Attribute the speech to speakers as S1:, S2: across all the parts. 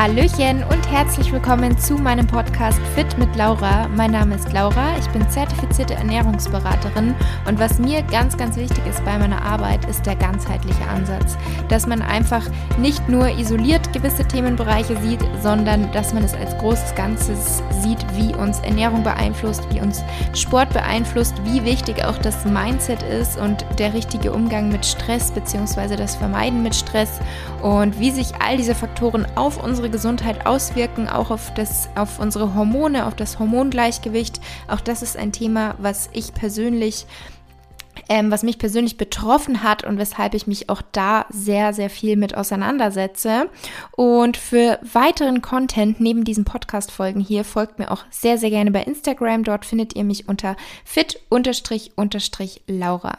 S1: Hallöchen und herzlich willkommen zu meinem Podcast Fit mit Laura. Mein Name ist Laura, ich bin zertifizierte Ernährungsberaterin und was mir ganz, ganz wichtig ist bei meiner Arbeit, ist der ganzheitliche Ansatz. Dass man einfach nicht nur isoliert gewisse Themenbereiche sieht, sondern dass man es als großes Ganzes sieht, wie uns Ernährung beeinflusst, wie uns Sport beeinflusst, wie wichtig auch das Mindset ist und der richtige Umgang mit Stress bzw. das Vermeiden mit Stress und wie sich all diese Faktoren auf unsere Gesundheit auswirken, auch auf unsere Hormone, auf das Hormongleichgewicht. Auch das ist ein Thema, was mich persönlich betroffen hat und weshalb ich mich auch da sehr, sehr viel mit auseinandersetze. Und für weiteren Content neben diesen Podcast-Folgen hier folgt mir auch sehr, sehr gerne bei Instagram. Dort findet ihr mich unter fit__Laura.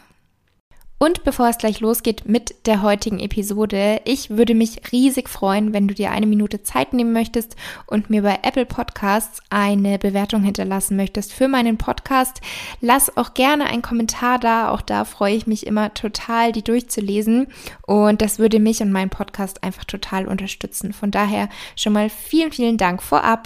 S1: Und bevor es gleich losgeht mit der heutigen Episode, ich würde mich riesig freuen, wenn du dir 1 Minute Zeit nehmen möchtest und mir bei Apple Podcasts eine Bewertung hinterlassen möchtest für meinen Podcast. Lass auch gerne einen Kommentar da, auch da freue ich mich immer total, die durchzulesen und das würde mich und meinen Podcast einfach total unterstützen. Von daher schon mal vielen, vielen Dank vorab.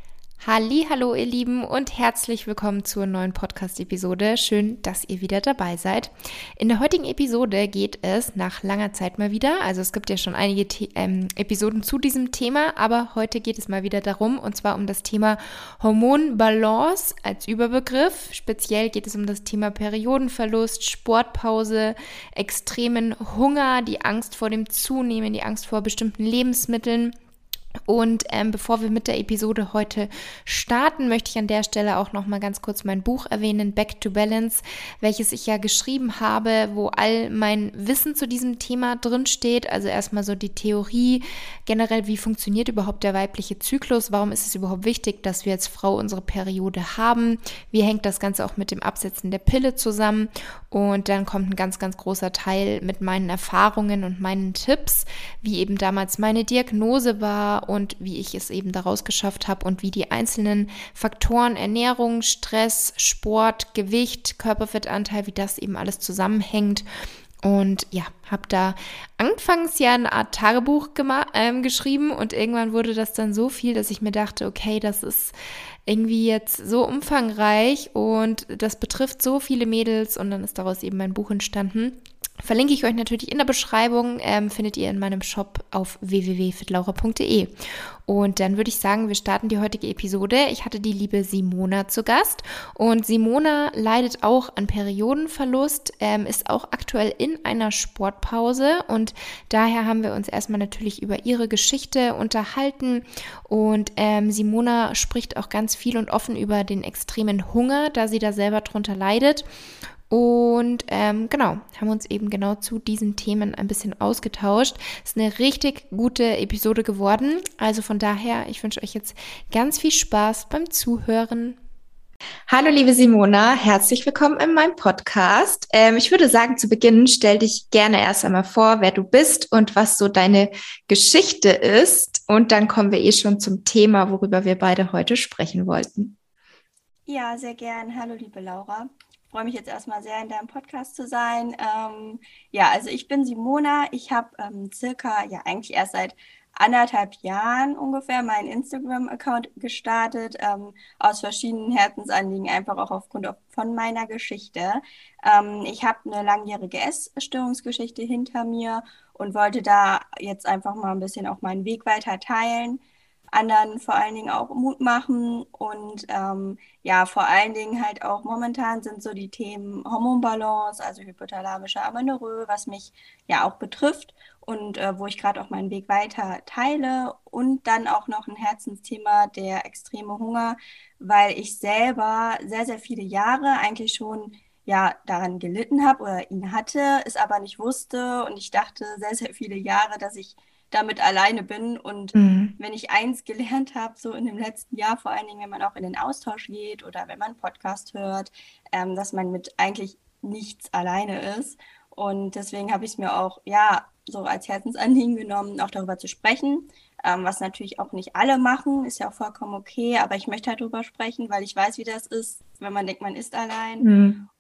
S1: Hallo ihr Lieben und herzlich willkommen zur neuen Podcast-Episode. Schön, dass ihr wieder dabei seid. In der heutigen Episode geht es nach langer Zeit mal wieder, also es gibt ja schon einige Episoden zu diesem Thema, aber heute geht es mal wieder darum, und zwar um das Thema Hormonbalance als Überbegriff. Speziell geht es um das Thema Periodenverlust, Sportpause, extremen Hunger, die Angst vor dem Zunehmen, die Angst vor bestimmten Lebensmitteln. Und bevor wir mit der Episode heute starten, möchte ich an der Stelle auch noch mal ganz kurz mein Buch erwähnen, Back to Balance, welches ich ja geschrieben habe, wo all mein Wissen zu diesem Thema drin steht. Also erstmal so die Theorie, generell wie funktioniert überhaupt der weibliche Zyklus, warum ist es überhaupt wichtig, dass wir als Frau unsere Periode haben, wie hängt das Ganze auch mit dem Absetzen der Pille zusammen und dann kommt ein ganz, ganz großer Teil mit meinen Erfahrungen und meinen Tipps, wie eben damals meine Diagnose war und wie ich es eben daraus geschafft habe und wie die einzelnen Faktoren Ernährung, Stress, Sport, Gewicht, Körperfettanteil, wie das eben alles zusammenhängt. Und ja, habe da anfangs ja eine Art Tagebuch geschrieben und irgendwann wurde das dann so viel, dass ich mir dachte, okay, das ist irgendwie jetzt so umfangreich und das betrifft so viele Mädels und dann ist daraus eben mein Buch entstanden. Verlinke ich euch natürlich in der Beschreibung, findet ihr in meinem Shop auf www.fitlaura.de. Und dann würde ich sagen, wir starten die heutige Episode. Ich hatte die liebe Simona zu Gast und Simona leidet auch an Periodenverlust, ist auch aktuell in einer Sportpause und daher haben wir uns erstmal natürlich über ihre Geschichte unterhalten und Simona spricht auch ganz viel und offen über den extremen Hunger, da sie da selber drunter leidet. Und haben uns eben genau zu diesen Themen ein bisschen ausgetauscht. Ist eine richtig gute Episode geworden. Also von daher, ich wünsche euch jetzt ganz viel Spaß beim Zuhören. Hallo liebe Simona, herzlich willkommen in meinem Podcast. Ich würde sagen, zu Beginn stell dich gerne erst einmal vor, wer du bist und was so deine Geschichte ist. Und dann kommen wir schon zum Thema, worüber wir beide heute sprechen wollten.
S2: Ja, sehr gern. Hallo liebe Laura. Ich freue mich jetzt erstmal sehr, in deinem Podcast zu sein. Also ich bin Simona. Ich habe eigentlich erst seit 1,5 Jahren ungefähr meinen Instagram-Account gestartet, aus verschiedenen Herzensanliegen, einfach auch aufgrund von meiner Geschichte. Ich habe eine langjährige Essstörungsgeschichte hinter mir und wollte da jetzt einfach mal ein bisschen auch meinen Weg weiter teilen, anderen vor allen Dingen auch Mut machen und vor allen Dingen halt auch momentan sind so die Themen Hormonbalance, also hypothalamische Amenorrhoe, was mich ja auch betrifft und wo ich gerade auch meinen Weg weiter teile und dann auch noch ein Herzensthema, der extreme Hunger, weil ich selber sehr, sehr viele Jahre eigentlich schon daran gelitten habe oder ihn hatte, es aber nicht wusste und ich dachte sehr, sehr viele Jahre, dass ich damit alleine bin und wenn ich eins gelernt habe, so in dem letzten Jahr, vor allen Dingen, wenn man auch in den Austausch geht oder wenn man einen Podcast hört, dass man mit eigentlich nichts alleine ist und deswegen habe ich es mir auch, so als Herzensanliegen genommen, auch darüber zu sprechen, was natürlich auch nicht alle machen, ist ja auch vollkommen okay, aber ich möchte halt darüber sprechen, weil ich weiß, wie das ist, wenn man denkt, man ist allein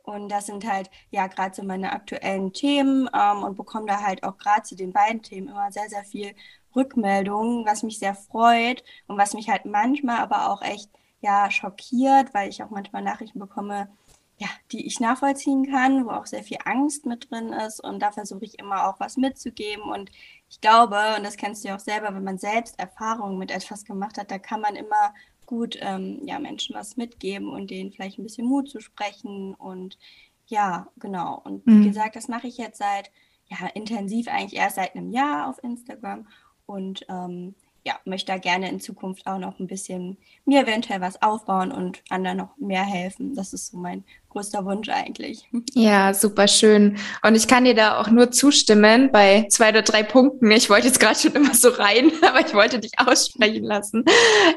S2: Und das sind halt ja gerade so meine aktuellen Themen und bekomme da halt auch gerade zu den beiden Themen immer sehr, sehr viel Rückmeldungen, was mich sehr freut und was mich halt manchmal aber auch echt ja schockiert, weil ich auch manchmal Nachrichten bekomme, ja, die ich nachvollziehen kann, wo auch sehr viel Angst mit drin ist. Und da versuche ich immer auch was mitzugeben. Und ich glaube, und das kennst du ja auch selber, wenn man selbst Erfahrungen mit etwas gemacht hat, da kann man immer gut ja, Menschen was mitgeben und denen vielleicht ein bisschen Mut zu sprechen. Und ja, genau. Und wie gesagt, das mache ich jetzt seit, ja, intensiv eigentlich erst seit einem Jahr auf Instagram. Und ja, möchte da gerne in Zukunft auch noch ein bisschen mir eventuell was aufbauen und anderen noch mehr helfen. Das ist so mein größter Wunsch eigentlich.
S1: Ja, super schön. Und ich kann dir da auch nur zustimmen bei 2 oder 3 Punkten. Ich wollte jetzt gerade schon immer so rein, aber ich wollte dich aussprechen lassen.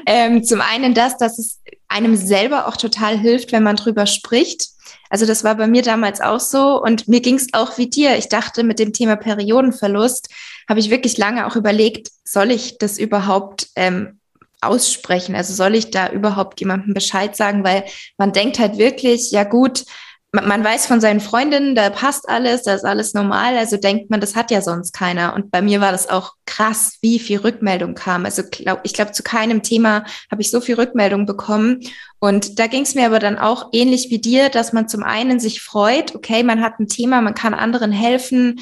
S1: Zum einen das, dass es einem selber auch total hilft, wenn man drüber spricht. Also das war bei mir damals auch so und mir ging es auch wie dir. Ich dachte, mit dem Thema Periodenverlust habe ich wirklich lange auch überlegt, soll ich das überhaupt aussprechen? Also soll ich da überhaupt jemandem Bescheid sagen? Weil man denkt halt wirklich, ja gut, man weiß von seinen Freundinnen, da passt alles, da ist alles normal, also denkt man, das hat ja sonst keiner. Und bei mir war das auch krass, wie viel Rückmeldung kam. Also ich glaube, zu keinem Thema habe ich so viel Rückmeldung bekommen. Und da ging es mir aber dann auch ähnlich wie dir, dass man zum einen sich freut, okay, man hat ein Thema, man kann anderen helfen,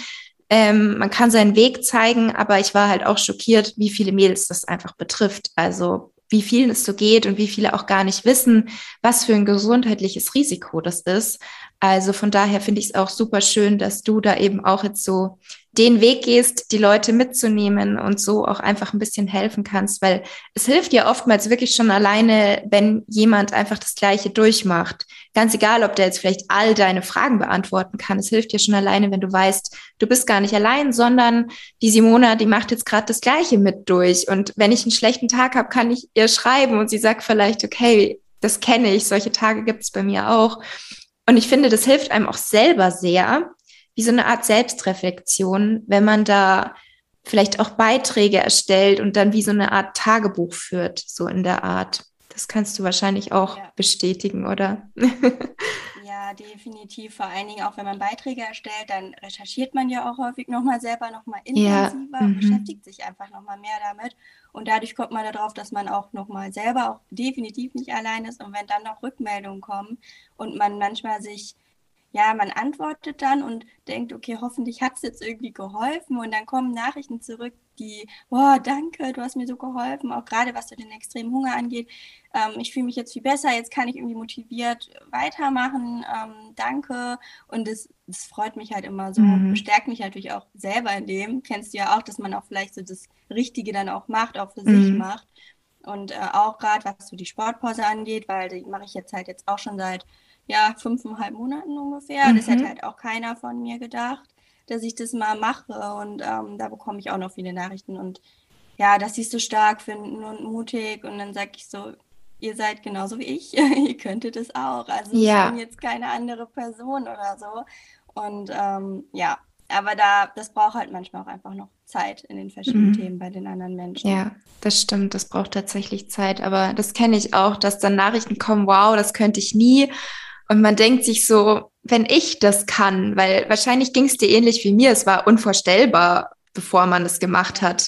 S1: man kann seinen Weg zeigen, aber ich war halt auch schockiert, wie viele Mädels das einfach betrifft. Also wie vielen es so geht und wie viele auch gar nicht wissen, was für ein gesundheitliches Risiko das ist. Also von daher finde ich es auch super schön, dass du da eben auch jetzt so den Weg gehst, die Leute mitzunehmen und so auch einfach ein bisschen helfen kannst, weil es hilft ja oftmals wirklich schon alleine, wenn jemand einfach das Gleiche durchmacht. Ganz egal, ob der jetzt vielleicht all deine Fragen beantworten kann. Es hilft dir schon alleine, wenn du weißt, du bist gar nicht allein, sondern die Simona, die macht jetzt gerade das Gleiche mit durch. Und wenn ich einen schlechten Tag habe, kann ich ihr schreiben und sie sagt vielleicht, okay, das kenne ich, solche Tage gibt es bei mir auch. Und ich finde, das hilft einem auch selber sehr, wie so eine Art Selbstreflexion, wenn man da vielleicht auch Beiträge erstellt und dann wie so eine Art Tagebuch führt, so in der Art. Das kannst du wahrscheinlich auch
S2: Ja.
S1: bestätigen, oder?
S2: Ja, definitiv. Vor allen Dingen auch, wenn man Beiträge erstellt, dann recherchiert man ja auch häufig nochmal selber, nochmal
S1: Ja,
S2: intensiver und beschäftigt sich einfach nochmal mehr damit. Und dadurch kommt man darauf, dass man auch nochmal selber auch definitiv nicht allein ist. Und wenn dann noch Rückmeldungen kommen und man manchmal sich ja, man antwortet dann und denkt, okay, hoffentlich hat es jetzt irgendwie geholfen. Und dann kommen Nachrichten zurück, die, boah, danke, du hast mir so geholfen, auch gerade was so den extremen Hunger angeht. Ich fühle mich jetzt viel besser, jetzt kann ich irgendwie motiviert weitermachen. Danke. Und das freut mich halt immer so, bestärkt mich natürlich auch selber in dem. Kennst du ja auch, dass man auch vielleicht so das Richtige dann auch macht, auch für sich macht. Und auch gerade was so die Sportpause angeht, weil die mache ich jetzt auch schon seit ja, 5,5 Monaten ungefähr. Das hätte halt auch keiner von mir gedacht, dass ich das mal mache. Und da bekomme ich auch noch viele Nachrichten. Und ja, dass sie es so stark finden und mutig. Und dann sage ich so, ihr seid genauso wie ich. Ihr könntet es auch. Also ich bin
S1: ja,
S2: jetzt keine andere Person oder so. Und ja, aber das braucht halt manchmal auch einfach noch Zeit in den verschiedenen Themen bei den anderen Menschen.
S1: ja, das stimmt. Das braucht tatsächlich Zeit. Aber das kenne ich auch, dass dann Nachrichten kommen, wow, das könnte ich nie. Und man denkt sich so, wenn ich das kann, weil wahrscheinlich ging es dir ähnlich wie mir. Es war unvorstellbar, bevor man es gemacht hat.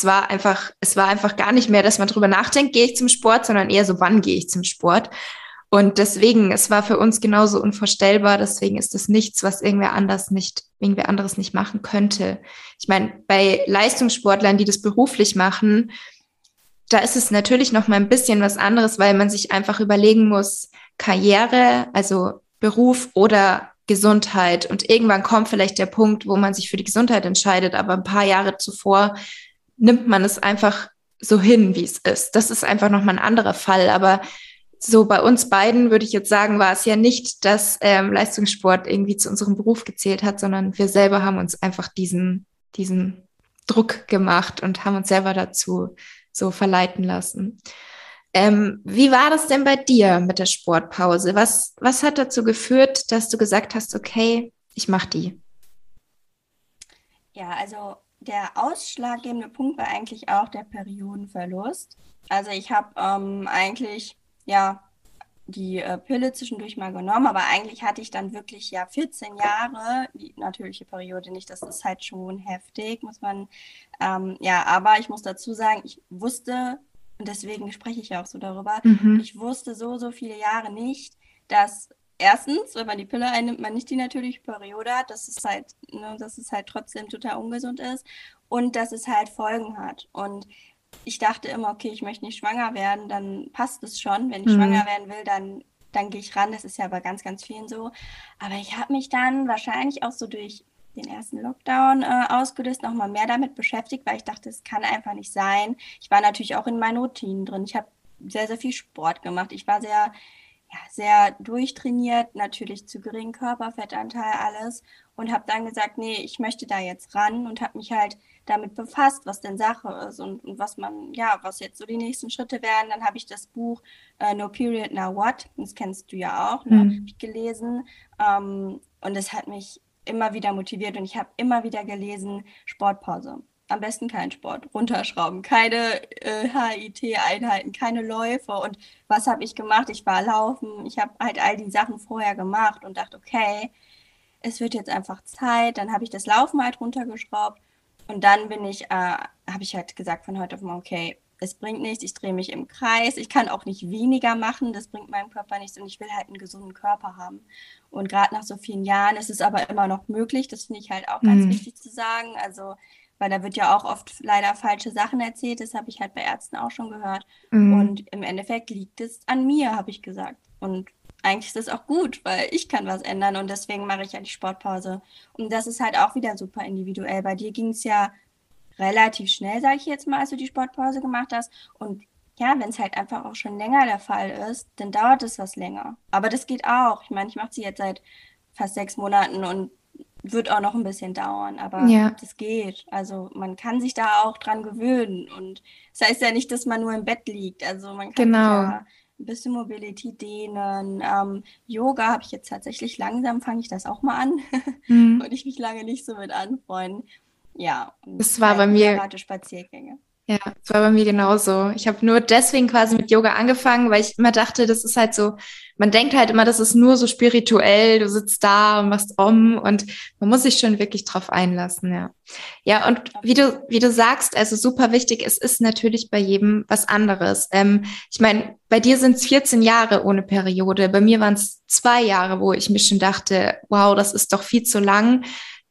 S1: Es war einfach gar nicht mehr, dass man drüber nachdenkt, gehe ich zum Sport, sondern eher so, wann gehe ich zum Sport? Und deswegen, es war für uns genauso unvorstellbar. Deswegen ist es nichts, was irgendwer anderes nicht machen könnte. Ich meine, bei Leistungssportlern, die das beruflich machen, da ist es natürlich noch mal ein bisschen was anderes, weil man sich einfach überlegen muss, Karriere, also Beruf oder Gesundheit. Und irgendwann kommt vielleicht der Punkt, wo man sich für die Gesundheit entscheidet, aber ein paar Jahre zuvor nimmt man es einfach so hin, wie es ist. Das ist einfach noch mal ein anderer Fall. Aber so bei uns beiden würde ich jetzt sagen, war es ja nicht, dass Leistungssport irgendwie zu unserem Beruf gezählt hat, sondern wir selber haben uns einfach diesen Druck gemacht und haben uns selber dazu so verleiten lassen. Wie war das denn bei dir mit der Sportpause? Was hat dazu geführt, dass du gesagt hast, okay, ich mache die?
S2: Ja, also der ausschlaggebende Punkt war eigentlich auch der Periodenverlust. Also ich habe eigentlich, ja, die Pille zwischendurch mal genommen, aber eigentlich hatte ich dann wirklich ja 14 Jahre die natürliche Periode nicht. Das ist halt schon heftig, muss man, ja, aber ich muss dazu sagen, ich wusste, und deswegen spreche ich ja auch so darüber,
S1: Mhm.
S2: ich wusste so viele Jahre nicht, dass erstens, wenn man die Pille einnimmt, man nicht die natürliche Periode hat, dass es halt trotzdem total ungesund ist und dass es halt Folgen hat. Und ich dachte immer, okay, ich möchte nicht schwanger werden, dann passt es schon. Wenn ich schwanger
S1: Mhm.
S2: werden will, dann gehe ich ran. Das ist ja bei ganz, ganz vielen so. Aber ich habe mich dann wahrscheinlich auch so durch den ersten Lockdown ausgelöst, nochmal mehr damit beschäftigt, weil ich dachte, es kann einfach nicht sein. Ich war natürlich auch in meinen Routinen drin. Ich habe sehr, sehr viel Sport gemacht. Ich war sehr, ja, sehr durchtrainiert, natürlich zu geringen Körperfettanteil, alles. Und habe dann gesagt, nee, ich möchte da jetzt ran und habe mich halt damit befasst, was denn Sache ist und was man, ja, was jetzt so die nächsten Schritte wären. Dann habe ich das Buch No Period, Now What, das kennst du ja auch, ne, habe
S1: Mhm.
S2: ich gelesen. Und es hat mich immer wieder motiviert und ich habe immer wieder gelesen, Sportpause. Am besten keinen Sport, runterschrauben, keine HIIT-Einheiten, keine Läufe. Und was habe ich gemacht? Ich war laufen, ich habe halt all die Sachen vorher gemacht und dachte, okay, es wird jetzt einfach Zeit. Dann habe ich das Laufen halt runtergeschraubt und dann habe ich halt gesagt von heute auf morgen, okay, es bringt nichts, ich drehe mich im Kreis, ich kann auch nicht weniger machen, das bringt meinem Körper nichts und ich will halt einen gesunden Körper haben. Und gerade nach so vielen Jahren ist es aber immer noch möglich, das finde ich halt auch ganz
S1: Mhm.
S2: wichtig zu sagen. Also, weil da wird ja auch oft leider falsche Sachen erzählt, das habe ich halt bei Ärzten auch schon gehört.
S1: Mhm.
S2: Und im Endeffekt liegt es an mir, habe ich gesagt. Und eigentlich ist das auch gut, weil ich kann was ändern und deswegen mache ich ja die Sportpause. Und das ist halt auch wieder super individuell. Bei dir ging es ja relativ schnell, sage ich jetzt mal, als du die Sportpause gemacht hast. Und ja, wenn es halt einfach auch schon länger der Fall ist, dann dauert es was länger. Aber das geht auch. Ich meine, ich mache sie jetzt seit fast 6 Monaten und wird auch noch ein bisschen dauern, aber
S1: Ja,
S2: das geht. Also man kann sich da auch dran gewöhnen. Und das heißt ja nicht, dass man nur im Bett liegt. Also man kann sich
S1: genau.
S2: ja ein bisschen Mobility dehnen. Yoga habe ich jetzt tatsächlich langsam, fange ich das auch mal an.
S1: Mhm.
S2: Und ich mich lange nicht so mit anfreunden. Ja, und
S1: Das war bei
S2: halt
S1: mir
S2: moderate Spaziergänge.
S1: Ja, das war bei mir genauso. Ich habe nur deswegen quasi mit Yoga angefangen, weil ich immer dachte, das ist halt so, man denkt halt immer, das ist nur so spirituell, du sitzt da und machst und man muss sich schon wirklich drauf einlassen, ja. Ja, und
S2: Auf
S1: wie
S2: jeden
S1: du,
S2: Fall.
S1: wie du sagst, also super wichtig, es ist natürlich bei jedem was anderes. Ich meine, bei dir sind es 14 Jahre ohne Periode, bei mir waren es 2 Jahre, wo ich mir schon dachte, wow, das ist doch viel zu lang.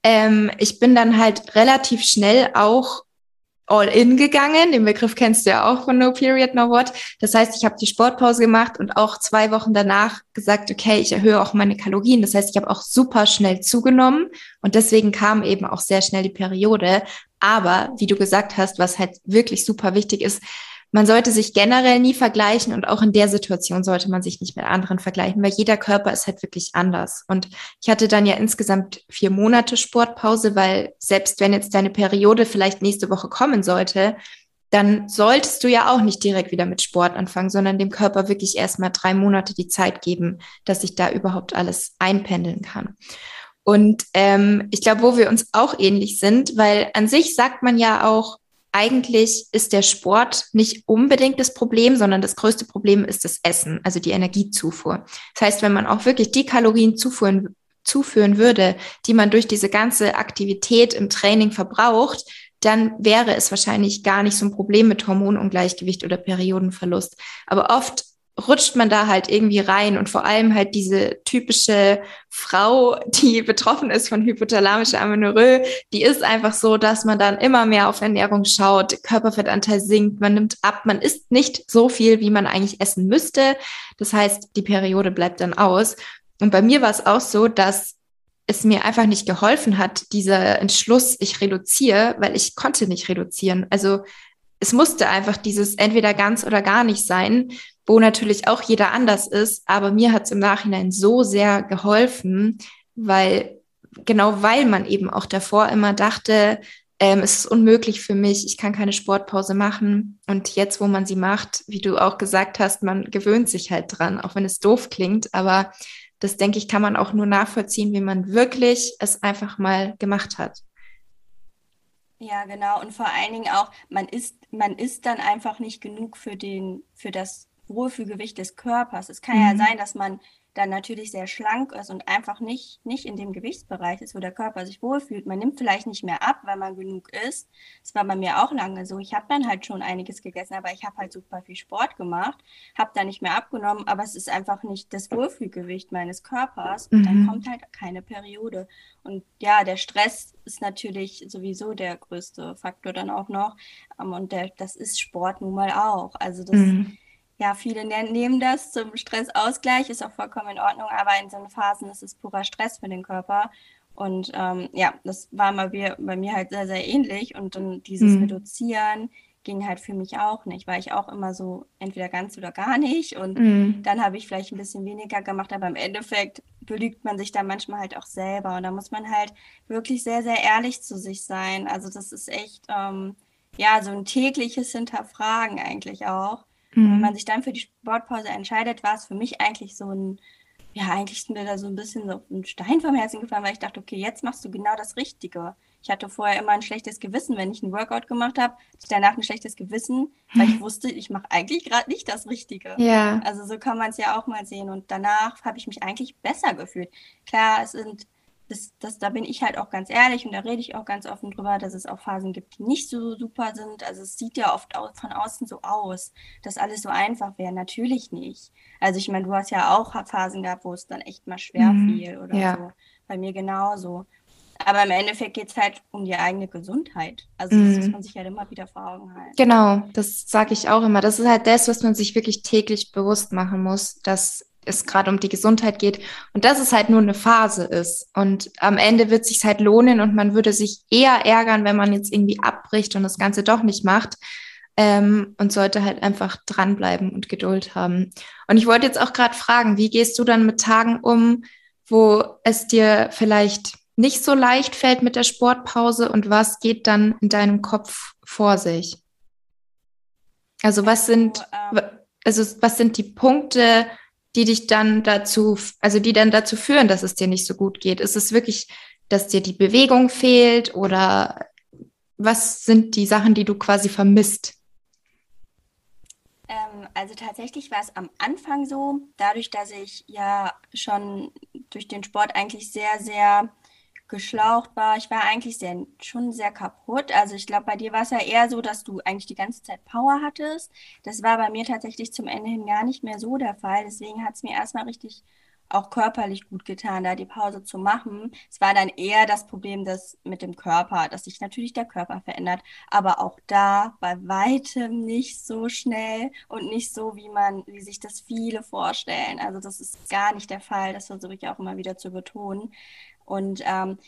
S1: Ich bin dann halt relativ schnell auch all in gegangen. Den Begriff kennst du ja auch von No Period, No What. Das heißt, ich habe die Sportpause gemacht und auch 2 Wochen danach gesagt, okay, ich erhöhe auch meine Kalorien. Das heißt, ich habe auch super schnell zugenommen und deswegen kam eben auch sehr schnell die Periode. Aber wie du gesagt hast, was halt wirklich super wichtig ist, man sollte sich generell nie vergleichen und auch in der Situation sollte man sich nicht mit anderen vergleichen, weil jeder Körper ist halt wirklich anders. Und ich hatte dann ja insgesamt 4 Monate Sportpause, weil selbst wenn jetzt deine Periode vielleicht nächste Woche kommen sollte, dann solltest du ja auch nicht direkt wieder mit Sport anfangen, sondern dem Körper wirklich erstmal 3 Monate die Zeit geben, dass sich da überhaupt alles einpendeln kann. Und ich glaube, wo wir uns auch ähnlich sind, weil an sich sagt man ja auch, eigentlich ist der Sport nicht unbedingt das Problem, sondern das größte Problem ist das Essen, also die Energiezufuhr. Das heißt, wenn man auch wirklich die Kalorien zuführen würde, die man durch diese ganze Aktivität im Training verbraucht, dann wäre es wahrscheinlich gar nicht so ein Problem mit Hormonungleichgewicht oder Periodenverlust. Aber oft rutscht man da halt irgendwie rein und vor allem halt diese typische Frau, die betroffen ist von hypothalamischer Amenorrhoe, die ist einfach so, dass man dann immer mehr auf Ernährung schaut, Körperfettanteil sinkt, man nimmt ab, man isst nicht so viel, wie man eigentlich essen müsste. Das heißt, die Periode bleibt dann aus. Und bei mir war es auch so, dass es mir einfach nicht geholfen hat, dieser Entschluss, ich reduziere, weil ich konnte nicht reduzieren. Also es musste einfach dieses entweder ganz oder gar nicht sein, wo natürlich auch jeder anders ist. Aber mir hat es im Nachhinein so sehr geholfen, weil genau weil man eben auch davor immer dachte, es ist unmöglich für mich, ich kann keine Sportpause machen. Und jetzt, wo man sie macht, wie du auch gesagt hast, man gewöhnt sich halt dran, auch wenn es doof klingt. Aber das, denke ich, kann man auch nur nachvollziehen, wie man wirklich es einfach mal gemacht hat.
S2: Ja, genau. Und vor allen Dingen auch, man isst dann einfach nicht genug für Wohlfühlgewicht des Körpers. Es kann ja sein, dass man dann natürlich sehr schlank ist und einfach nicht in dem Gewichtsbereich ist, wo der Körper sich wohlfühlt. Man nimmt vielleicht nicht mehr ab, weil man genug isst. Das war bei mir auch lange so. Ich habe dann halt schon einiges gegessen, aber ich habe halt super viel Sport gemacht, habe da nicht mehr abgenommen, aber es ist einfach nicht das Wohlfühlgewicht meines Körpers und dann kommt halt keine Periode. Und ja, der Stress ist natürlich sowieso der größte Faktor dann auch noch. Und das ist Sport nun mal auch. Also das ja, viele nehmen das zum Stressausgleich, ist auch vollkommen in Ordnung, aber in so Phasen ist es purer Stress für den Körper. Und ja, das war mal bei mir halt sehr, sehr ähnlich. Und dann dieses Reduzieren ging halt für mich auch nicht, weil ich auch immer so entweder ganz oder gar nicht. Und dann habe ich vielleicht ein bisschen weniger gemacht, aber im Endeffekt belügt man sich da manchmal halt auch selber. Und da muss man halt wirklich sehr, sehr ehrlich zu sich sein. Also das ist echt, ja, so ein tägliches Hinterfragen eigentlich auch. Und wenn man sich dann für die Sportpause entscheidet, war es für mich eigentlich so ein, ja, eigentlich ist mir da so ein bisschen so ein Stein vom Herzen gefallen, weil ich dachte, okay, jetzt machst du genau das Richtige. Ich hatte vorher immer ein schlechtes Gewissen, wenn ich einen Workout gemacht habe, hatte ich danach ein schlechtes Gewissen, weil ich wusste, ich mache eigentlich gerade nicht das Richtige.
S1: Ja.
S2: Also so kann man es ja auch mal sehen. Und danach habe ich mich eigentlich besser gefühlt. Klar, da bin ich halt auch ganz ehrlich und da rede ich auch ganz offen drüber, dass es auch Phasen gibt, die nicht so super sind. Also es sieht ja oft von außen so aus, dass alles so einfach wäre. Natürlich nicht. Also ich meine, du hast ja auch Phasen gehabt, wo es dann echt mal schwer fiel oder so. Bei mir genauso. Aber im Endeffekt geht es halt um die eigene Gesundheit. Also das muss man sich halt immer wieder vor Augen halten.
S1: Genau, das sage ich auch immer. Das ist halt das, was man sich wirklich täglich bewusst machen muss, dass es gerade um die Gesundheit geht und dass es halt nur eine Phase ist. Und am Ende wird es sich halt lohnen und man würde sich eher ärgern, wenn man jetzt irgendwie abbricht und das Ganze doch nicht macht. Und sollte halt einfach dranbleiben und Geduld haben. Und ich wollte jetzt auch gerade fragen, wie gehst du dann mit Tagen um, wo es dir vielleicht nicht so leicht fällt mit der Sportpause und was geht dann in deinem Kopf vor sich? Also was sind die Punkte, die dich dann die dann dazu führen, dass es dir nicht so gut geht? Ist es wirklich, dass dir die Bewegung fehlt oder was sind die Sachen, die du quasi vermisst?
S2: Also tatsächlich war es am Anfang so, dadurch, dass ich ja schon durch den Sport eigentlich sehr, sehr geschlaucht war. Ich war eigentlich schon sehr kaputt. Also ich glaube, bei dir war es ja eher so, dass du eigentlich die ganze Zeit Power hattest. Das war bei mir tatsächlich zum Ende hin gar nicht mehr so der Fall. Deswegen hat es mir erstmal richtig auch körperlich gut getan, da die Pause zu machen. Es war dann eher das Problem, das mit dem Körper, dass sich natürlich der Körper verändert, aber auch da bei weitem nicht so schnell und nicht so, wie sich das viele vorstellen. Also das ist gar nicht der Fall. Das versuche ich auch immer wieder zu betonen. Und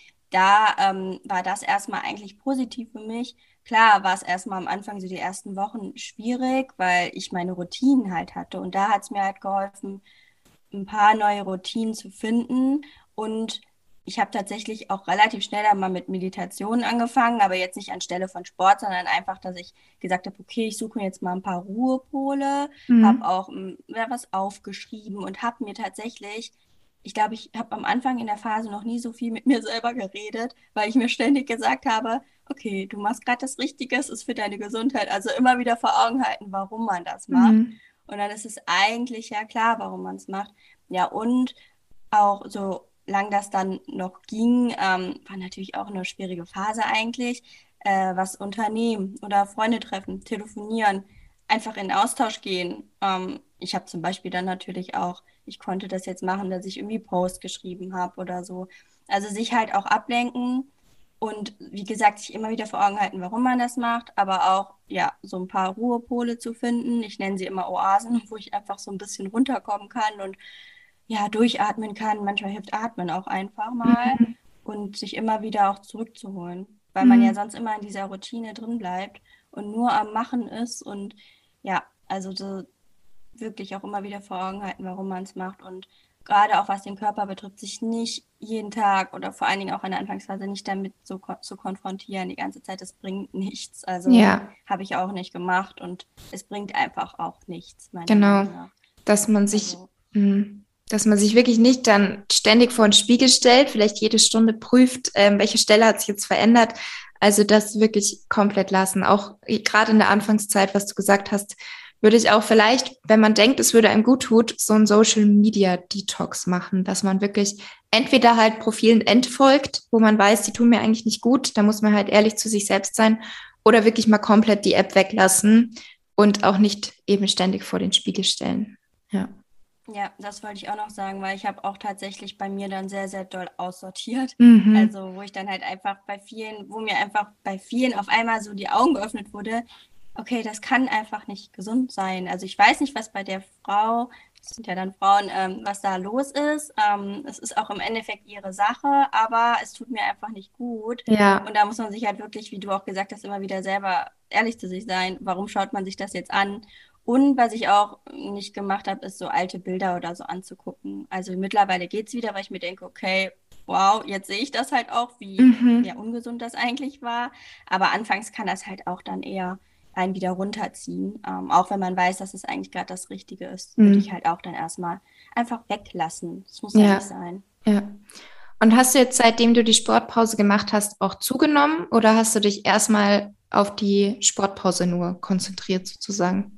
S2: da war das erstmal eigentlich positiv für mich. Klar war es erstmal am Anfang so die ersten Wochen schwierig, weil ich meine Routinen halt hatte. Und da hat es mir halt geholfen, ein paar neue Routinen zu finden. Und ich habe tatsächlich auch relativ schnell einmal mit Meditationen angefangen, aber jetzt nicht anstelle von Sport, sondern einfach, dass ich gesagt habe, okay, ich suche mir jetzt mal ein paar Ruhepole, habe auch was aufgeschrieben und habe mir tatsächlich, ich glaube, ich habe am Anfang in der Phase noch nie so viel mit mir selber geredet, weil ich mir ständig gesagt habe, okay, du machst gerade das Richtige, es ist für deine Gesundheit. Also immer wieder vor Augen halten, warum man das macht. Und dann ist es eigentlich ja klar, warum man es macht. Ja, und auch so lang das dann noch ging, war natürlich auch eine schwierige Phase eigentlich, was unternehmen oder Freunde treffen, telefonieren, einfach in Austausch gehen. Ich habe zum Beispiel dann natürlich auch, ich konnte das jetzt machen, dass ich irgendwie Post geschrieben habe oder so. Also sich halt auch ablenken und wie gesagt, sich immer wieder vor Augen halten, warum man das macht, aber auch ja, so ein paar Ruhepole zu finden. Ich nenne sie immer Oasen, wo ich einfach so ein bisschen runterkommen kann und ja, durchatmen kann. Manchmal hilft Atmen auch einfach mal und sich immer wieder auch zurückzuholen, weil man ja sonst immer in dieser Routine drin bleibt und nur am Machen ist und ja, also so wirklich auch immer wieder vor Augen halten, warum man es macht und gerade auch was den Körper betrifft, sich nicht jeden Tag oder vor allen Dingen auch in der Anfangsphase nicht damit so zu konfrontieren die ganze Zeit, das bringt nichts. Also habe ich auch nicht gemacht und es bringt einfach auch nichts.
S1: Genau, dass man sich, dass man sich wirklich nicht dann ständig vor den Spiegel stellt, vielleicht jede Stunde prüft, welche Stelle hat sich jetzt verändert. Also das wirklich komplett lassen. Auch gerade in der Anfangszeit, was du gesagt hast, würde ich auch vielleicht, wenn man denkt, es würde einem gut tut, so ein Social Media Detox machen, dass man wirklich entweder halt Profilen entfolgt, wo man weiß, die tun mir eigentlich nicht gut, da muss man halt ehrlich zu sich selbst sein, oder wirklich mal komplett die App weglassen und auch nicht eben ständig vor den Spiegel stellen. Ja.
S2: Ja, das wollte ich auch noch sagen, weil ich habe auch tatsächlich bei mir dann sehr, sehr doll aussortiert.
S1: Mhm.
S2: Also wo ich dann halt einfach wo mir einfach bei vielen auf einmal so die Augen geöffnet wurde, okay, das kann einfach nicht gesund sein. Also ich weiß nicht, was bei der Frau, das sind ja dann Frauen, was da los ist. Es ist auch im Endeffekt ihre Sache, aber es tut mir einfach nicht gut.
S1: Ja.
S2: Und da muss man sich halt wirklich, wie du auch gesagt hast, immer wieder selber ehrlich zu sich sein. Warum schaut man sich das jetzt an? Und was ich auch nicht gemacht habe, ist so alte Bilder oder so anzugucken. Also mittlerweile geht es wieder, weil ich mir denke, okay, wow, jetzt sehe ich das halt auch, wie ja, ungesund das eigentlich war. Aber anfangs kann das halt auch dann eher einen wieder runterziehen. Auch wenn man weiß, dass es eigentlich gerade das Richtige ist, würde ich halt auch dann erstmal einfach weglassen. Das muss ja nicht sein.
S1: Ja. Und hast du jetzt, seitdem du die Sportpause gemacht hast, auch zugenommen oder hast du dich erstmal auf die Sportpause nur konzentriert sozusagen?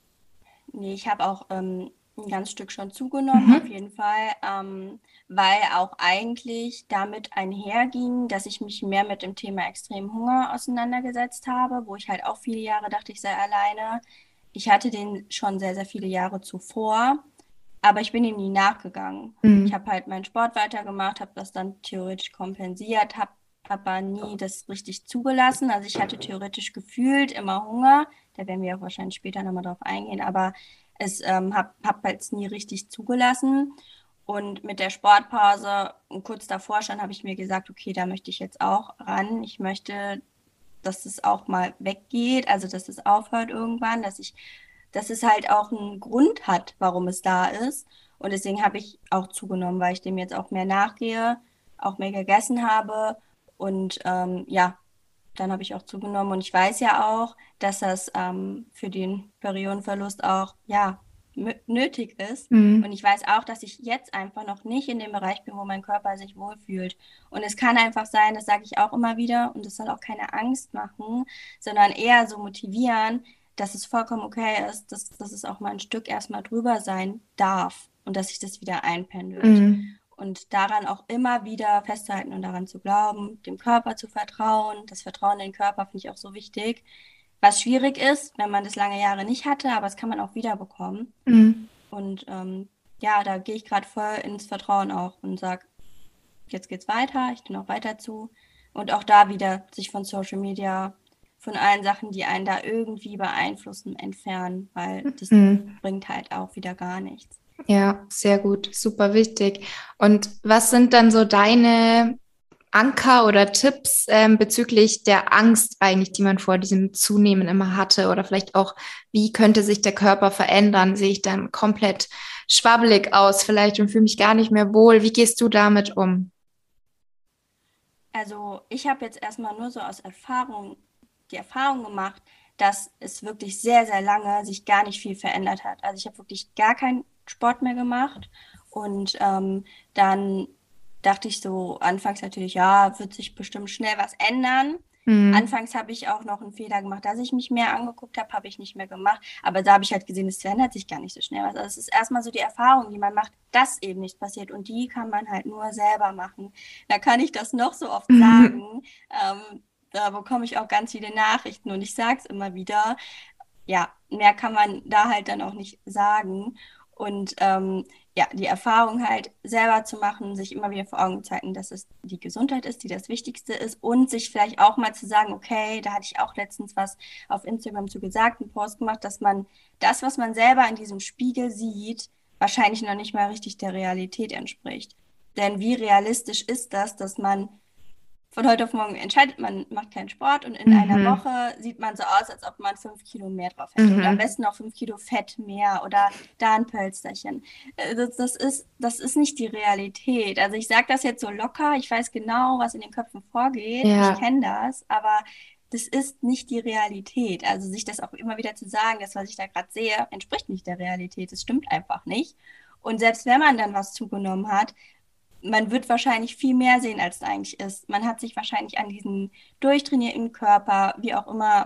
S2: Nee, ich habe auch ein ganz Stück schon zugenommen, auf jeden Fall, weil auch eigentlich damit einherging, dass ich mich mehr mit dem Thema extremen Hunger auseinandergesetzt habe, wo ich halt auch viele Jahre dachte, ich sei alleine. Ich hatte den schon sehr, sehr viele Jahre zuvor, aber ich bin ihm nie nachgegangen. Ich habe halt meinen Sport weitergemacht, habe das dann theoretisch kompensiert, habe aber nie das richtig zugelassen. Also ich hatte theoretisch gefühlt immer Hunger. Da werden wir auch wahrscheinlich später nochmal drauf eingehen, aber hab halt nie richtig zugelassen. Und mit der Sportpause und kurz davor schon habe ich mir gesagt, okay, da möchte ich jetzt auch ran. Ich möchte, dass es auch mal weggeht, also dass es aufhört irgendwann, dass es halt auch einen Grund hat, warum es da ist. Und deswegen habe ich auch zugenommen, weil ich dem jetzt auch mehr nachgehe, auch mehr gegessen habe. Und ja, dann habe ich auch zugenommen. Und ich weiß ja auch, dass das für den Periodenverlust auch ja nötig ist. Und ich weiß auch, dass ich jetzt einfach noch nicht in dem Bereich bin, wo mein Körper sich wohlfühlt. Und es kann einfach sein, das sage ich auch immer wieder, und das soll auch keine Angst machen, sondern eher so motivieren, dass es vollkommen okay ist, dass es auch mal ein Stück erstmal drüber sein darf und dass sich das wieder einpendelt. Und daran auch immer wieder festzuhalten und daran zu glauben, dem Körper zu vertrauen. Das Vertrauen in den Körper finde ich auch so wichtig. Was schwierig ist, wenn man das lange Jahre nicht hatte, aber das kann man auch wiederbekommen. Und ja, da gehe ich gerade voll ins Vertrauen auch und sage, jetzt geht's weiter, ich bin auch weiter zu. Und auch da wieder sich von Social Media, von allen Sachen, die einen da irgendwie beeinflussen, entfernen, weil das bringt halt auch wieder gar nichts.
S1: Ja, sehr gut, super wichtig. Und was sind dann so deine Anker oder Tipps bezüglich der Angst eigentlich, die man vor diesem Zunehmen immer hatte? Oder vielleicht auch, wie könnte sich der Körper verändern? Sehe ich dann komplett schwabbelig aus vielleicht und fühle mich gar nicht mehr wohl? Wie gehst du damit um?
S2: Also ich habe jetzt erstmal nur so aus Erfahrung die Erfahrung gemacht, dass es wirklich sehr, sehr lange sich gar nicht viel verändert hat. Also ich habe wirklich gar keinen Sport mehr gemacht und dann dachte ich so anfangs natürlich, ja, wird sich bestimmt schnell was ändern. Anfangs habe ich auch noch einen Fehler gemacht, dass ich mich mehr angeguckt habe, habe ich nicht mehr gemacht. Aber da habe ich halt gesehen, es verändert sich gar nicht so schnell was. Also es ist erstmal so die Erfahrung, die man macht, dass eben nichts passiert. Und die kann man halt nur selber machen. Da kann ich das noch so oft sagen. Da bekomme ich auch ganz viele Nachrichten und ich sage es immer wieder. Ja, mehr kann man da halt dann auch nicht sagen. Und ja, die Erfahrung halt selber zu machen, sich immer wieder vor Augen zu halten, dass es die Gesundheit ist, die das Wichtigste ist und sich vielleicht auch mal zu sagen, okay, da hatte ich auch letztens was auf Instagram zu gesagt, einen Post gemacht, dass man das, was man selber in diesem Spiegel sieht, wahrscheinlich noch nicht mal richtig der Realität entspricht. Denn wie realistisch ist das, dass man von heute auf morgen entscheidet, man macht keinen Sport und in einer Woche sieht man so aus, als ob man 5 Kilo mehr drauf hätte. Und am besten noch 5 Kilo Fett mehr oder da ein Pölsterchen. Das ist nicht die Realität. Also ich sage das jetzt so locker, ich weiß genau, was in den Köpfen vorgeht, ich kenne das, aber das ist nicht die Realität. Also sich das auch immer wieder zu sagen, das, was ich da gerade sehe, entspricht nicht der Realität. Das stimmt einfach nicht. Und selbst wenn man dann was zugenommen hat, man wird wahrscheinlich viel mehr sehen, als es eigentlich ist. Man hat sich wahrscheinlich an diesen durchtrainierten Körper, wie auch immer,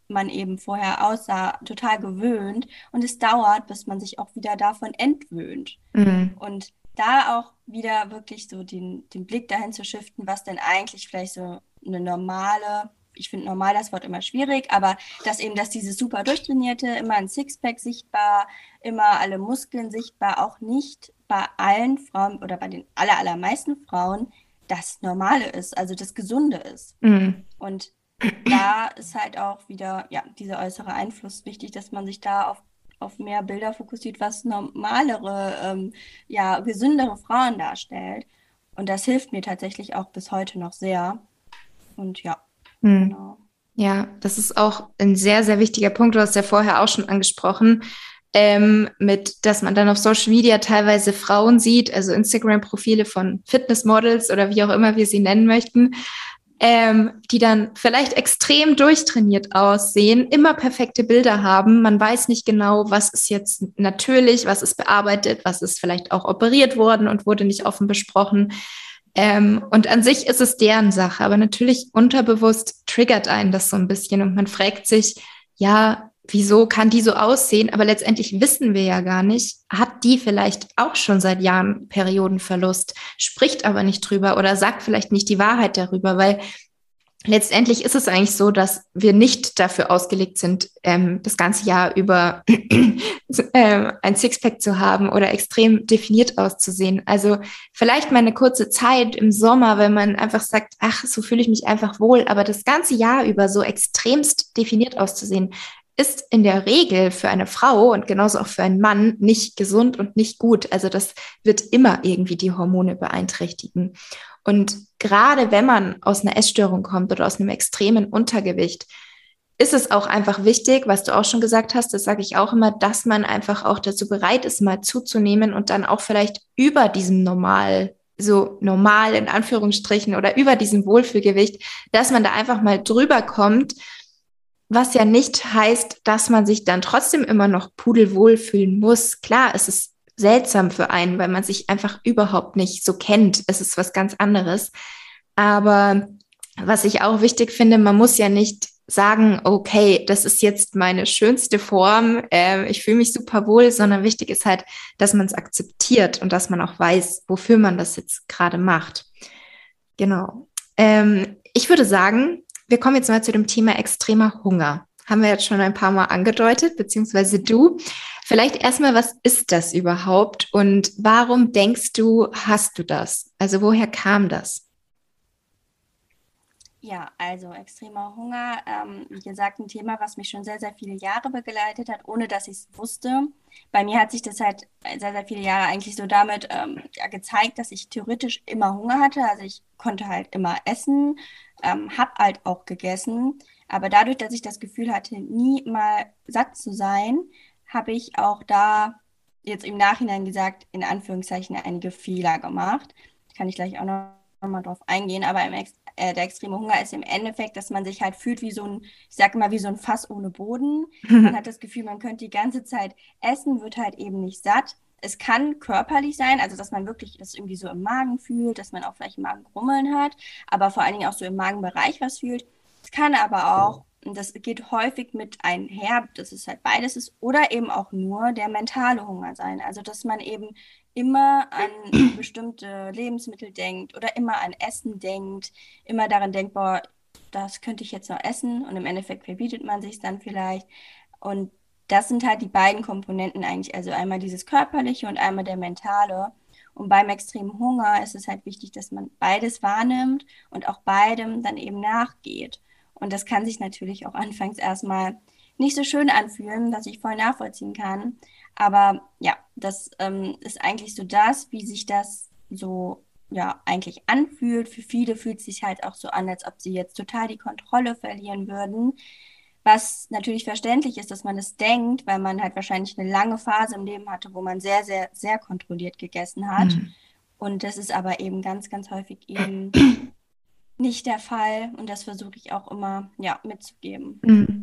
S2: man eben vorher aussah, total gewöhnt. Und es dauert, bis man sich auch wieder davon entwöhnt.
S1: Mhm.
S2: Und da auch wieder wirklich so den Blick dahin zu shiften, was denn eigentlich vielleicht so eine normale, ich finde normal das Wort immer schwierig, aber dass dieses super durchtrainierte, immer ein Sixpack sichtbar, immer alle Muskeln sichtbar, auch nicht bei allen Frauen oder bei den allermeisten Frauen das Normale ist, also das Gesunde ist.
S1: Mhm.
S2: Und da ist halt auch wieder, ja, dieser äußere Einfluss wichtig, dass man sich da auf mehr Bilder fokussiert, was normalere, ja, gesündere Frauen darstellt. Und das hilft mir tatsächlich auch bis heute noch sehr. Und ja, genau.
S1: Ja, das ist auch ein sehr, sehr wichtiger Punkt. Du hast ja vorher auch schon angesprochen, dass man dann auf Social Media teilweise Frauen sieht, also Instagram-Profile von Fitnessmodels oder wie auch immer wir sie nennen möchten, die dann vielleicht extrem durchtrainiert aussehen, immer perfekte Bilder haben. Man weiß nicht genau, was ist jetzt natürlich, was ist bearbeitet, was ist vielleicht auch operiert worden und wurde nicht offen besprochen. Und an sich ist es deren Sache, aber natürlich unterbewusst triggert einen das so ein bisschen und man fragt sich, ja, wieso kann die so aussehen? Aber letztendlich wissen wir ja gar nicht, hat die vielleicht auch schon seit Jahren Periodenverlust, spricht aber nicht drüber oder sagt vielleicht nicht die Wahrheit darüber, weil letztendlich ist es eigentlich so, dass wir nicht dafür ausgelegt sind, das ganze Jahr über ein Sixpack zu haben oder extrem definiert auszusehen. Also vielleicht mal eine kurze Zeit im Sommer, wenn man einfach sagt, ach, so fühle ich mich einfach wohl, aber das ganze Jahr über so extremst definiert auszusehen, ist in der Regel für eine Frau und genauso auch für einen Mann nicht gesund und nicht gut. Also das wird immer irgendwie die Hormone beeinträchtigen. Und gerade wenn man aus einer Essstörung kommt oder aus einem extremen Untergewicht, ist es auch einfach wichtig, was du auch schon gesagt hast, das sage ich auch immer, dass man einfach auch dazu bereit ist, mal zuzunehmen und dann auch vielleicht über diesem so normal in Anführungsstrichen oder über diesem Wohlfühlgewicht, dass man da einfach mal drüber kommt, was ja nicht heißt, dass man sich dann trotzdem immer noch pudelwohl fühlen muss. Klar, es ist seltsam für einen, weil man sich einfach überhaupt nicht so kennt. Es ist was ganz anderes. Aber was ich auch wichtig finde, man muss ja nicht sagen, okay, das ist jetzt meine schönste Form, ich fühle mich super wohl, sondern wichtig ist halt, dass man es akzeptiert und dass man auch weiß, wofür man das jetzt gerade macht. Genau. Ich würde sagen, wir kommen jetzt mal zu dem Thema extremer Hunger. Haben wir jetzt schon ein paar Mal angedeutet, beziehungsweise du. Vielleicht erstmal, was ist das überhaupt und warum denkst du, hast du das? Also woher kam das?
S2: Ja, also extremer Hunger, wie gesagt, ein Thema, was mich schon sehr, sehr viele Jahre begleitet hat, ohne dass ich es wusste. Bei mir hat sich das halt sehr, sehr viele Jahre eigentlich so damit ja, gezeigt, dass ich theoretisch immer Hunger hatte. Also ich konnte halt immer essen, habe halt auch gegessen. Aber dadurch, dass ich das Gefühl hatte, nie mal satt zu sein, habe ich auch da jetzt im Nachhinein gesagt, in Anführungszeichen einige Fehler gemacht. Kann ich gleich auch noch mal drauf eingehen, aber der extreme Hunger ist im Endeffekt, dass man sich halt fühlt wie so ein, ich sage immer, wie so ein Fass ohne Boden. Man hat das Gefühl, man könnte die ganze Zeit essen, wird halt eben nicht satt. Es kann körperlich sein, also dass man wirklich das irgendwie so im Magen fühlt, dass man auch vielleicht im Magen Grummeln hat, aber vor allen Dingen auch so im Magenbereich was fühlt. Es kann aber auch, und das geht häufig mit einher, dass es halt beides ist, oder eben auch nur der mentale Hunger sein. Also dass man eben immer an bestimmte Lebensmittel denkt oder immer an Essen denkt, immer daran denkt, boah, das könnte ich jetzt noch essen und im Endeffekt verbietet man sich dann vielleicht. Und das sind halt die beiden Komponenten eigentlich, also einmal dieses körperliche und einmal der mentale. Und beim extremen Hunger ist es halt wichtig, dass man beides wahrnimmt und auch beidem dann eben nachgeht. Und das kann sich natürlich auch anfangs erstmal nicht so schön anfühlen, was ich voll nachvollziehen kann. Aber ja, das ist eigentlich so das, wie sich das so ja eigentlich anfühlt. Für viele fühlt es sich halt auch so an, als ob sie jetzt total die Kontrolle verlieren würden. Was natürlich verständlich ist, dass man es denkt, weil man halt wahrscheinlich eine lange Phase im Leben hatte, wo man sehr, sehr, sehr kontrolliert gegessen hat. Und das ist aber eben ganz, ganz häufig eben nicht der Fall. Und das versuche ich auch immer ja, mitzugeben.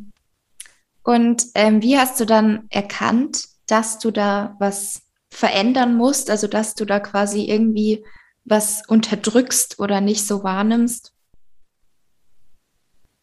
S1: Und wie hast du dann erkannt, dass du da was verändern musst, also dass du da quasi irgendwie was unterdrückst oder nicht so wahrnimmst?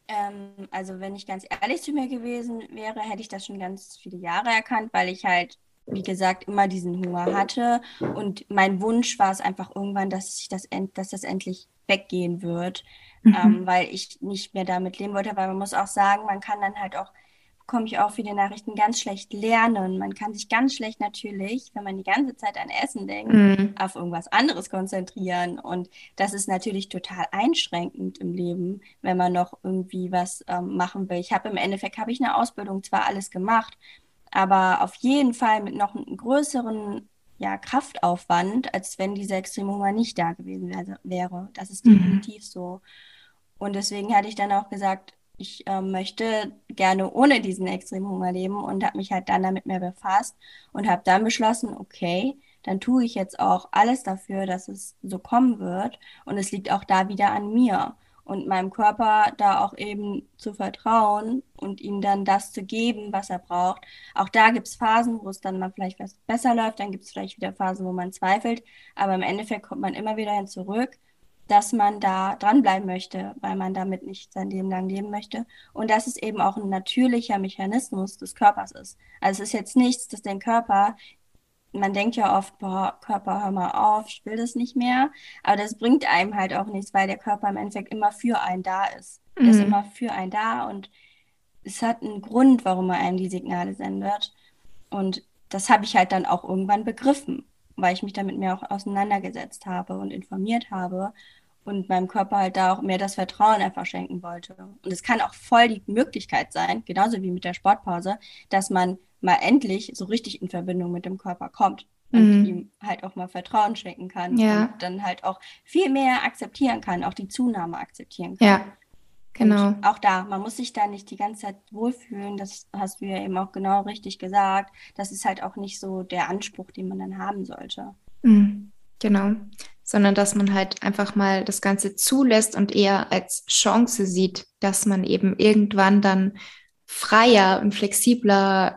S2: Also wenn ich ganz ehrlich zu mir gewesen wäre, hätte ich das schon ganz viele Jahre erkannt, weil ich halt, wie gesagt, immer diesen Hunger hatte. Und mein Wunsch war es einfach irgendwann, dass das endlich weggehen wird,
S1: Mhm.
S2: weil ich nicht mehr damit leben wollte. Weil man muss auch sagen, man kann dann halt auch, bekomme ich auch viele Nachrichten, ganz schlecht lernen. Man kann sich ganz schlecht natürlich, wenn man die ganze Zeit an Essen denkt,
S1: Mhm.
S2: auf irgendwas anderes konzentrieren. Und das ist natürlich total einschränkend im Leben, wenn man noch irgendwie was machen will. Im Endeffekt habe ich eine Ausbildung zwar alles gemacht, aber auf jeden Fall mit noch einem größeren ja, Kraftaufwand, als wenn diese Extremhunger nicht da gewesen wäre. Das ist
S1: Mhm.
S2: definitiv so. Und deswegen hatte ich dann auch gesagt, ich möchte gerne ohne diesen Extremhunger leben und habe mich halt dann damit mehr befasst und habe dann beschlossen, okay, dann tue ich jetzt auch alles dafür, dass es so kommen wird. Und es liegt auch da wieder an mir und meinem Körper da auch eben zu vertrauen und ihm dann das zu geben, was er braucht. Auch da gibt es Phasen, wo es dann mal vielleicht was besser läuft, dann gibt es vielleicht wieder Phasen, wo man zweifelt, aber im Endeffekt kommt man immer wieder hin zurück, dass man da dranbleiben möchte, weil man damit nicht sein Leben lang leben möchte. Und dass es eben auch ein natürlicher Mechanismus des Körpers ist. Also es ist jetzt nichts, dass den Körper, man denkt ja oft, boah, Körper, hör mal auf, ich will das nicht mehr. Aber das bringt einem halt auch nichts, weil der Körper im Endeffekt immer für einen da ist. Der ist immer
S1: Mhm.
S2: für einen da und es hat einen Grund, warum er einem die Signale sendet. Und das habe ich halt dann auch irgendwann begriffen, weil ich mich damit mehr auch auseinandergesetzt habe und informiert habe und meinem Körper halt da auch mehr das Vertrauen einfach schenken wollte. Und es kann auch voll die Möglichkeit sein, genauso wie mit der Sportpause, dass man mal endlich so richtig in Verbindung mit dem Körper kommt und
S1: Mhm.
S2: ihm halt auch mal Vertrauen schenken kann und
S1: Ja,
S2: dann halt auch viel mehr akzeptieren kann, auch die Zunahme akzeptieren kann.
S1: ja,
S2: Und
S1: genau.
S2: auch da, man muss sich da nicht die ganze Zeit wohlfühlen. Das hast du ja eben auch genau richtig gesagt. Das ist halt auch nicht so der Anspruch, den man dann haben sollte.
S1: Mhm. Genau. Sondern dass man halt einfach mal das Ganze zulässt und eher als Chance sieht, dass man eben irgendwann dann freier und flexibler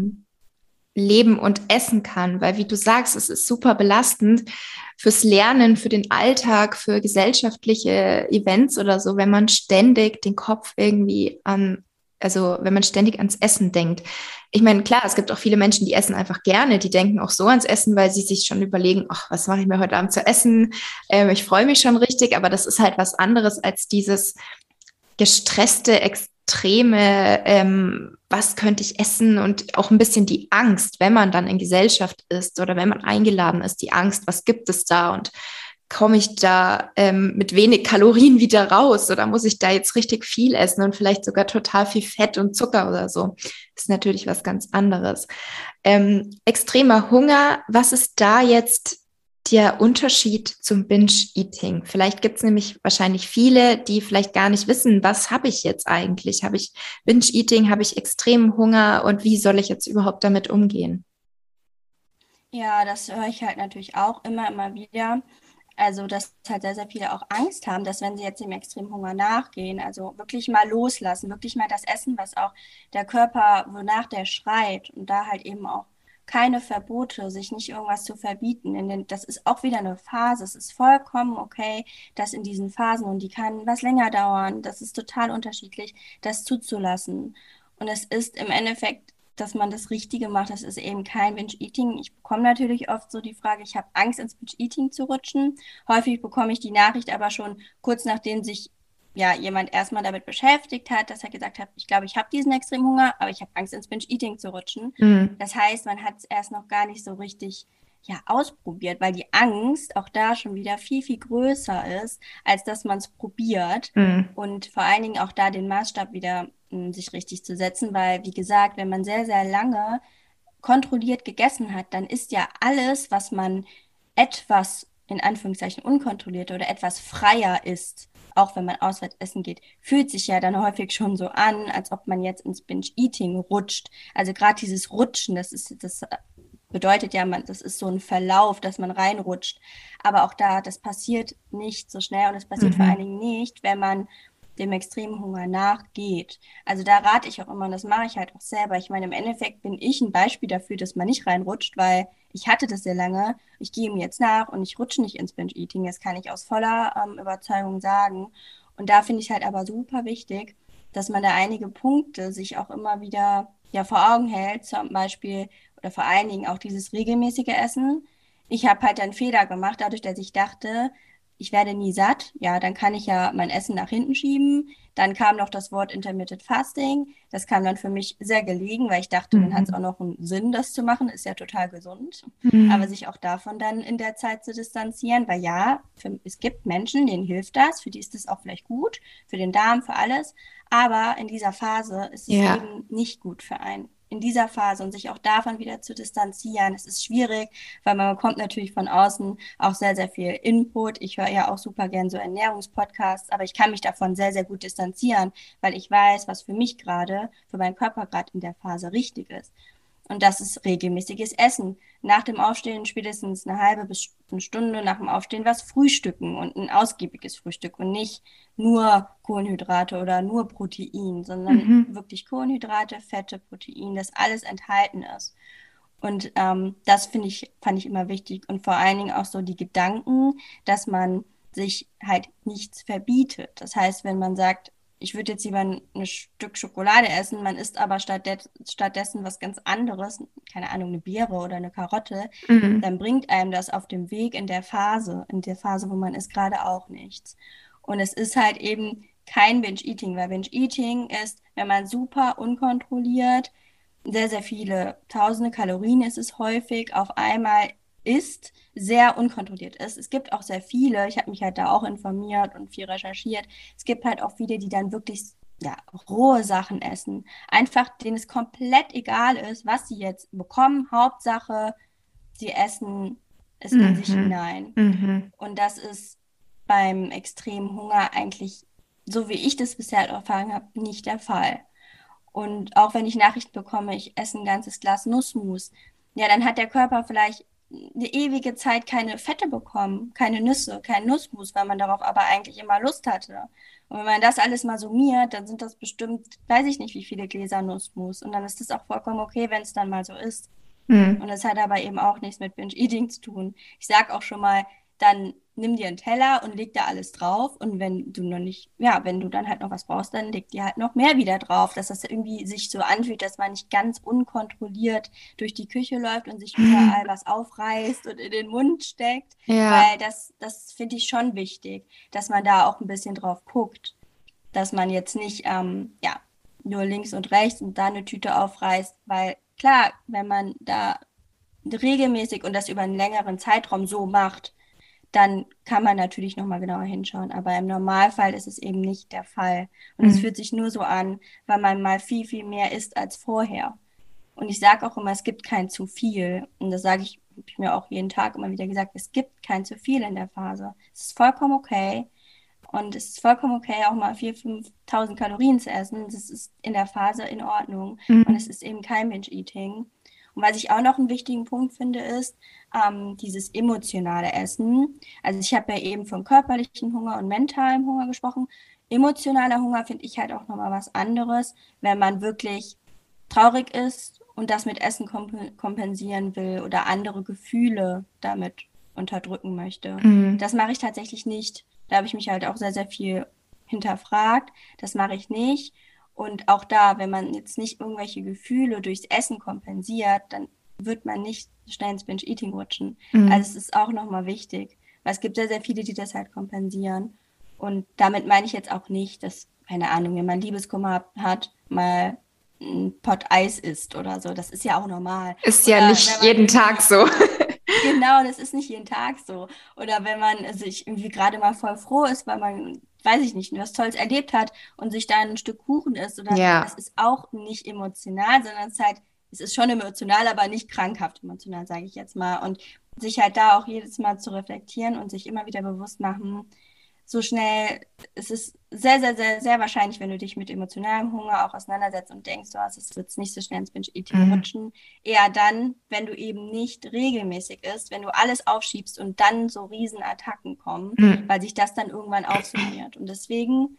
S1: leben und essen kann. Weil, wie du sagst, es ist super belastend fürs Lernen, für den Alltag, für gesellschaftliche Events oder so, wenn man ständig den Kopf irgendwie also wenn man ständig ans Essen denkt. Ich meine, klar, es gibt auch viele Menschen, die essen einfach gerne, die denken auch so ans Essen, weil sie sich schon überlegen, ach, was mache ich mir heute Abend zu essen? Ich freue mich schon richtig, aber das ist halt was anderes als dieses gestresste, extreme, was könnte ich essen und auch ein bisschen die Angst, wenn man dann in Gesellschaft ist oder wenn man eingeladen ist, die Angst, was gibt es da und komme ich da mit wenig Kalorien wieder raus oder muss ich da jetzt richtig viel essen und vielleicht sogar total viel Fett und Zucker oder so? Das ist natürlich was ganz anderes. Extremer Hunger, was ist da jetzt der Unterschied zum Binge-Eating? Vielleicht gibt es nämlich wahrscheinlich viele, die vielleicht gar nicht wissen, was habe ich jetzt eigentlich? Habe ich Binge-Eating, habe ich extremen Hunger und wie soll ich jetzt überhaupt damit umgehen?
S2: Ja, das höre ich halt natürlich auch immer wieder. Also, dass halt sehr, sehr viele auch Angst haben, dass wenn sie jetzt dem Extremhunger nachgehen, also wirklich mal loslassen, wirklich mal das Essen, was auch der Körper, wonach der schreit und da halt eben auch keine Verbote, sich nicht irgendwas zu verbieten. Das ist auch wieder eine Phase. Es ist vollkommen okay, dass in diesen Phasen, und die kann was länger dauern, das ist total unterschiedlich, das zuzulassen. Und es ist im Endeffekt, dass man das Richtige macht. Das ist eben kein Binge-Eating. Ich bekomme natürlich oft so die Frage, ich habe Angst, ins Binge-Eating zu rutschen. Häufig bekomme ich die Nachricht aber schon kurz nachdem sich ja jemand erstmal damit beschäftigt hat, dass er gesagt hat, ich glaube, ich habe diesen extremen Hunger, aber ich habe Angst, ins Binge-Eating zu rutschen.
S1: Mhm.
S2: Das heißt, man hat es erst noch gar nicht so richtig ja, ausprobiert, weil die Angst auch da schon wieder viel, viel größer ist, als dass man es probiert.
S1: Mhm.
S2: Und vor allen Dingen auch da den Maßstab wieder sich richtig zu setzen, weil, wie gesagt, wenn man sehr, sehr lange kontrolliert gegessen hat, dann ist ja alles, was man etwas in Anführungszeichen unkontrolliert oder etwas freier ist, auch wenn man auswärts essen geht, fühlt sich ja dann häufig schon so an, als ob man jetzt ins Binge-Eating rutscht. Also gerade dieses Rutschen, das bedeutet ja, das ist so ein Verlauf, dass man reinrutscht. Aber auch da, das passiert nicht so schnell und es passiert vor allen
S1: Mhm.
S2: Dingen nicht, wenn man dem extremen Hunger nachgeht. Also da rate ich auch immer, und das mache ich halt auch selber. Ich meine, im Endeffekt bin ich ein Beispiel dafür, dass man nicht reinrutscht, weil ich hatte das sehr lange. Ich gehe ihm jetzt nach und ich rutsche nicht ins Binge-Eating. Das kann ich aus voller Überzeugung sagen. Und da finde ich halt aber super wichtig, dass man da einige Punkte sich auch immer wieder vor Augen hält, zum Beispiel oder vor allen Dingen auch dieses regelmäßige Essen. Ich habe halt einen Fehler gemacht, dadurch, dass ich dachte, ich werde nie satt. Ja, dann kann ich ja mein Essen nach hinten schieben. Dann kam noch das Wort Intermittent Fasting. Das kam dann für mich sehr gelegen, weil ich dachte, dann hat es auch noch einen Sinn, das zu machen. Ist ja total gesund. Aber sich auch davon dann in der Zeit zu distanzieren, weil ja, es gibt Menschen, denen hilft das. Für die ist das auch vielleicht gut, für den Darm, für alles. Aber in dieser Phase ist es eben nicht gut für einen. In dieser Phase und sich auch davon wieder zu distanzieren. Es ist schwierig, weil man bekommt natürlich von außen auch sehr, sehr viel Input. Ich höre ja auch super gern so Ernährungspodcasts, aber ich kann mich davon sehr, sehr gut distanzieren, weil ich weiß, was für mich gerade, für meinen Körper gerade in der Phase richtig ist. Und das ist regelmäßiges Essen. Nach dem Aufstehen spätestens eine halbe bis eine Stunde nach dem Aufstehen was frühstücken und ein ausgiebiges Frühstück und nicht nur Kohlenhydrate oder nur Protein, sondern wirklich Kohlenhydrate, Fette, Protein, das alles enthalten ist. Und das fand ich immer wichtig. Und vor allen Dingen auch so die Gedanken, dass man sich halt nichts verbietet. Das heißt, wenn man sagt, ich würde jetzt lieber ein Stück Schokolade essen, man isst aber stattdessen was ganz anderes, keine Ahnung, eine Beere oder eine Karotte, dann bringt einem das auf dem Weg in der Phase, wo man ist, gerade auch nichts. Und es ist halt eben kein Binge-Eating, weil Binge-Eating ist, wenn man super unkontrolliert sehr, sehr viele tausende Kalorien ist es häufig auf einmal isst, sehr unkontrolliert ist. Es gibt auch sehr viele, ich habe mich halt da auch informiert und viel recherchiert, es gibt halt auch viele, die dann wirklich rohe Sachen essen. Einfach, denen es komplett egal ist, was sie jetzt bekommen. Hauptsache, sie essen es in sich hinein. Und das ist beim extremen Hunger eigentlich, so wie ich das bisher erfahren habe, nicht der Fall. Und auch wenn ich Nachrichten bekomme, ich esse ein ganzes Glas Nussmus, ja, dann hat der Körper vielleicht eine ewige Zeit keine Fette bekommen, keine Nüsse, kein Nussmus, weil man darauf aber eigentlich immer Lust hatte. Und wenn man das alles mal summiert, dann sind das bestimmt, weiß ich nicht, wie viele Gläser Nussmus. Und dann ist das auch vollkommen okay, wenn es dann mal so ist. Und das hat aber eben auch nichts mit Binge-Eating zu tun. Ich sag auch schon mal, dann nimm dir einen Teller und leg da alles drauf. Und wenn du noch nicht, wenn du dann halt noch was brauchst, dann leg dir halt noch mehr wieder drauf, dass das irgendwie sich so anfühlt, dass man nicht ganz unkontrolliert durch die Küche läuft und sich überall was aufreißt und in den Mund steckt. Weil das finde ich schon wichtig, dass man da auch ein bisschen drauf guckt, dass man jetzt nicht, nur links und rechts und da eine Tüte aufreißt, weil klar, wenn man da regelmäßig und das über einen längeren Zeitraum so macht, dann kann man natürlich nochmal genauer hinschauen. Aber im Normalfall ist es eben nicht der Fall. Und es fühlt sich nur so an, weil man mal viel, viel mehr isst als vorher. Und ich sage auch immer, es gibt kein zu viel. Und das habe ich mir auch jeden Tag immer wieder gesagt, es gibt kein zu viel in der Phase. Es ist vollkommen okay. Und es ist vollkommen okay, auch mal 4.000, 5.000 Kalorien zu essen. Das ist in der Phase in Ordnung. Und es ist eben kein Binge-Eating. Und was ich auch noch einen wichtigen Punkt finde, ist dieses emotionale Essen. Also ich habe ja eben von körperlichen Hunger und mentalem Hunger gesprochen. Emotionaler Hunger finde ich halt auch nochmal was anderes, wenn man wirklich traurig ist und das mit Essen kompensieren will oder andere Gefühle damit unterdrücken möchte. Das mache ich tatsächlich nicht. Da habe ich mich halt auch sehr, sehr viel hinterfragt. Das mache ich nicht. Und auch da, wenn man jetzt nicht irgendwelche Gefühle durchs Essen kompensiert, dann wird man nicht schnell ins Binge-Eating rutschen. Also es ist auch nochmal wichtig, weil es gibt sehr, sehr viele, die das halt kompensieren. Und damit meine ich jetzt auch nicht, dass, keine Ahnung, wenn man Liebeskummer hat, mal ein Pott Eis isst oder so. Das ist ja auch normal.
S1: Ist ja nicht jeden Tag so.
S2: Genau, das ist nicht jeden Tag so. Oder wenn man sich irgendwie gerade mal voll froh ist, weil man, weiß ich nicht, was Tolles erlebt hat und sich da ein Stück Kuchen isst, oder das ist auch nicht emotional, sondern es ist schon emotional, aber nicht krankhaft emotional, sage ich jetzt mal. Und sich halt da auch jedes Mal zu reflektieren und sich immer wieder bewusst machen, so schnell, es ist sehr, sehr, sehr, sehr wahrscheinlich, wenn du dich mit emotionalem Hunger auch auseinandersetzt und denkst, es wird nicht so schnell ins Binge-Eating rutschen. Eher dann, wenn du eben nicht regelmäßig isst, wenn du alles aufschiebst und dann so Riesenattacken kommen, weil sich das dann irgendwann aufsummiert. Und deswegen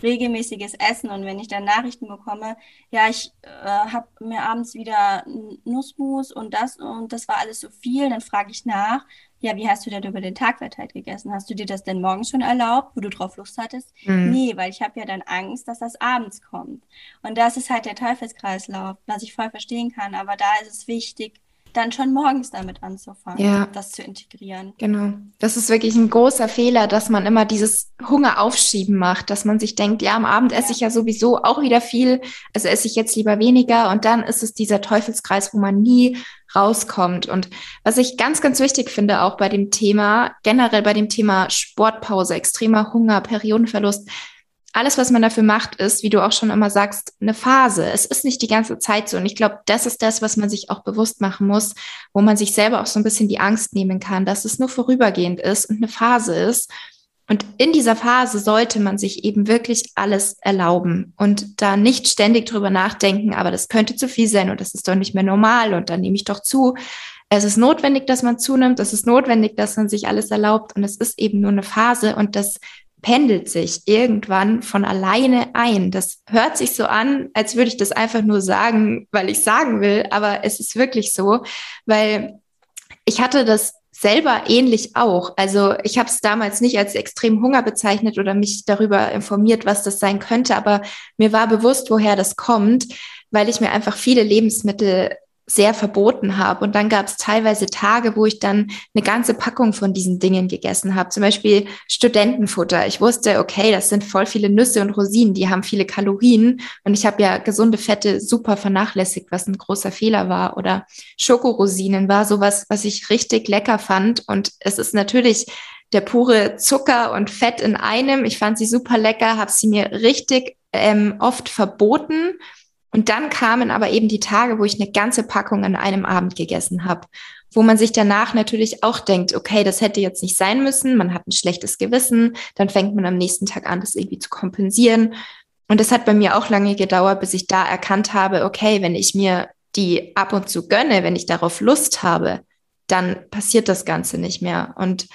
S2: regelmäßiges Essen. Und wenn ich dann Nachrichten bekomme, ja, ich habe mir abends wieder Nussmus und das war alles so viel, dann frage ich nach, ja, wie hast du denn über den Tag verteilt gegessen? Hast du dir das denn morgens schon erlaubt, wo du drauf Lust hattest?
S1: Mhm.
S2: Nee, weil ich habe ja dann Angst, dass das abends kommt. Und das ist halt der Teufelskreislauf, was ich voll verstehen kann. Aber da ist es wichtig, dann schon morgens damit anzufangen,
S1: Ja.
S2: das zu integrieren.
S1: Genau. Das ist wirklich ein großer Fehler, dass man immer dieses Hunger aufschieben macht, dass man sich denkt, ja, am Abend esse
S2: Ja,
S1: ich ja sowieso auch wieder viel, also esse ich jetzt lieber weniger und dann ist es dieser Teufelskreis, wo man nie rauskommt. Und was ich ganz, ganz wichtig finde, auch bei dem Thema, generell bei dem Thema Sportpause, extremer Hunger, Periodenverlust, alles, was man dafür macht, ist, wie du auch schon immer sagst, eine Phase. Es ist nicht die ganze Zeit so. Und ich glaube, das ist das, was man sich auch bewusst machen muss, wo man sich selber auch so ein bisschen die Angst nehmen kann, dass es nur vorübergehend ist und eine Phase ist. Und in dieser Phase sollte man sich eben wirklich alles erlauben und da nicht ständig drüber nachdenken, aber das könnte zu viel sein und das ist doch nicht mehr normal und dann nehme ich doch zu. Es ist notwendig, dass man zunimmt, es ist notwendig, dass man sich alles erlaubt und es ist eben nur eine Phase und das pendelt sich irgendwann von alleine ein. Das hört sich so an, als würde ich das einfach nur sagen, weil ich sagen will, aber es ist wirklich so, weil ich hatte das selber ähnlich auch. Also ich habe es damals nicht als extrem Hunger bezeichnet oder mich darüber informiert, was das sein könnte, aber mir war bewusst, woher das kommt, weil ich mir einfach viele Lebensmittel sehr verboten habe. Und dann gab es teilweise Tage, wo ich dann eine ganze Packung von diesen Dingen gegessen habe. Zum Beispiel Studentenfutter. Ich wusste, okay, das sind voll viele Nüsse und Rosinen, die haben viele Kalorien. Und ich habe ja gesunde Fette super vernachlässigt, was ein großer Fehler war. Oder Schokorosinen war sowas, was ich richtig lecker fand. Und es ist natürlich der pure Zucker und Fett in einem. Ich fand sie super lecker, habe sie mir richtig oft verboten. Und dann kamen aber eben die Tage, wo ich eine ganze Packung an einem Abend gegessen habe, wo man sich danach natürlich auch denkt, okay, das hätte jetzt nicht sein müssen, man hat ein schlechtes Gewissen, dann fängt man am nächsten Tag an, das irgendwie zu kompensieren. Und das hat bei mir auch lange gedauert, bis ich da erkannt habe, okay, wenn ich mir die ab und zu gönne, wenn ich darauf Lust habe, dann passiert das Ganze nicht mehr. Und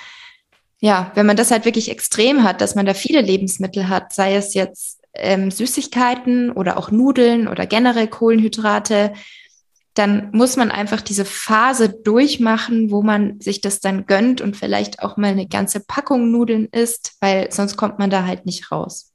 S1: ja, wenn man das halt wirklich extrem hat, dass man da viele Lebensmittel hat, sei es jetzt Süßigkeiten oder auch Nudeln oder generell Kohlenhydrate, dann muss man einfach diese Phase durchmachen, wo man sich das dann gönnt und vielleicht auch mal eine ganze Packung Nudeln isst, weil sonst kommt man da halt nicht raus.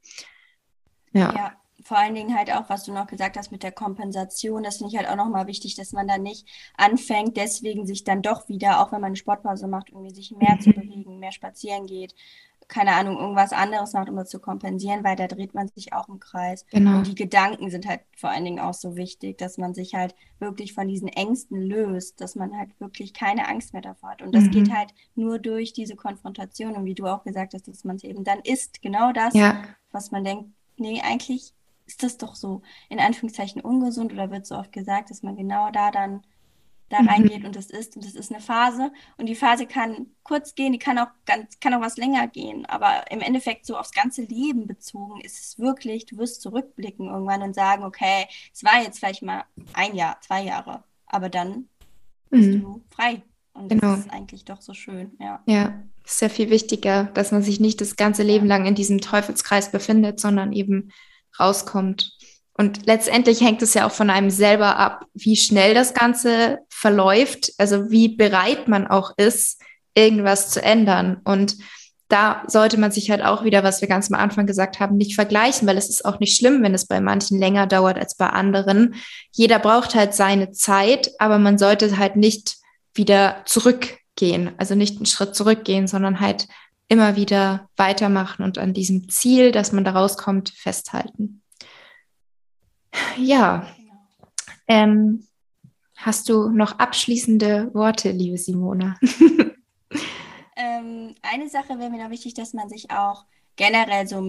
S1: Ja,
S2: ja, vor allen Dingen halt auch, was du noch gesagt hast mit der Kompensation, das finde ich halt auch nochmal wichtig, dass man dann nicht anfängt, deswegen sich dann doch wieder, auch wenn man eine Sportpause macht, irgendwie sich mehr zu bewegen, mehr spazieren geht, keine Ahnung, irgendwas anderes macht, um das zu kompensieren, weil da dreht man sich auch im Kreis.
S1: genau.
S2: Und die Gedanken sind halt vor allen Dingen auch so wichtig, dass man sich halt wirklich von diesen Ängsten löst, dass man halt wirklich keine Angst mehr davor hat. Und das geht
S1: Mhm.
S2: halt nur durch diese Konfrontation. Und wie du auch gesagt hast, dass man es eben dann isst, genau das,
S1: Ja,
S2: was man denkt, nee, eigentlich ist das doch so in Anführungszeichen ungesund oder wird so oft gesagt, dass man genau da dann da reingeht
S1: mhm.
S2: und das ist. Und das ist eine Phase. Und die Phase kann kurz gehen, die kann auch was länger gehen. Aber im Endeffekt so aufs ganze Leben bezogen ist es wirklich, du wirst zurückblicken irgendwann und sagen, okay, es war jetzt vielleicht mal 1 Jahr, 2 Jahre, aber dann bist
S1: Mhm.
S2: du frei. Und das
S1: Genau.
S2: ist eigentlich doch so schön, ja.
S1: Ja, ist ja viel wichtiger, dass man sich nicht das ganze Leben
S2: Ja,
S1: lang in diesem Teufelskreis befindet, sondern eben rauskommt. Und letztendlich hängt es ja auch von einem selber ab, wie schnell das Ganze verläuft, also wie bereit man auch ist, irgendwas zu ändern. Und da sollte man sich halt auch wieder, was wir ganz am Anfang gesagt haben, nicht vergleichen, weil es ist auch nicht schlimm, wenn es bei manchen länger dauert als bei anderen. Jeder braucht halt seine Zeit, aber man sollte halt nicht wieder zurückgehen, also nicht einen Schritt zurückgehen, sondern halt immer wieder weitermachen und an diesem Ziel, dass man da rauskommt, festhalten. Ja,
S2: genau.
S1: ähm, hast du noch abschließende Worte, liebe Simona?
S2: Eine Sache wäre mir noch wichtig, dass man sich auch generell so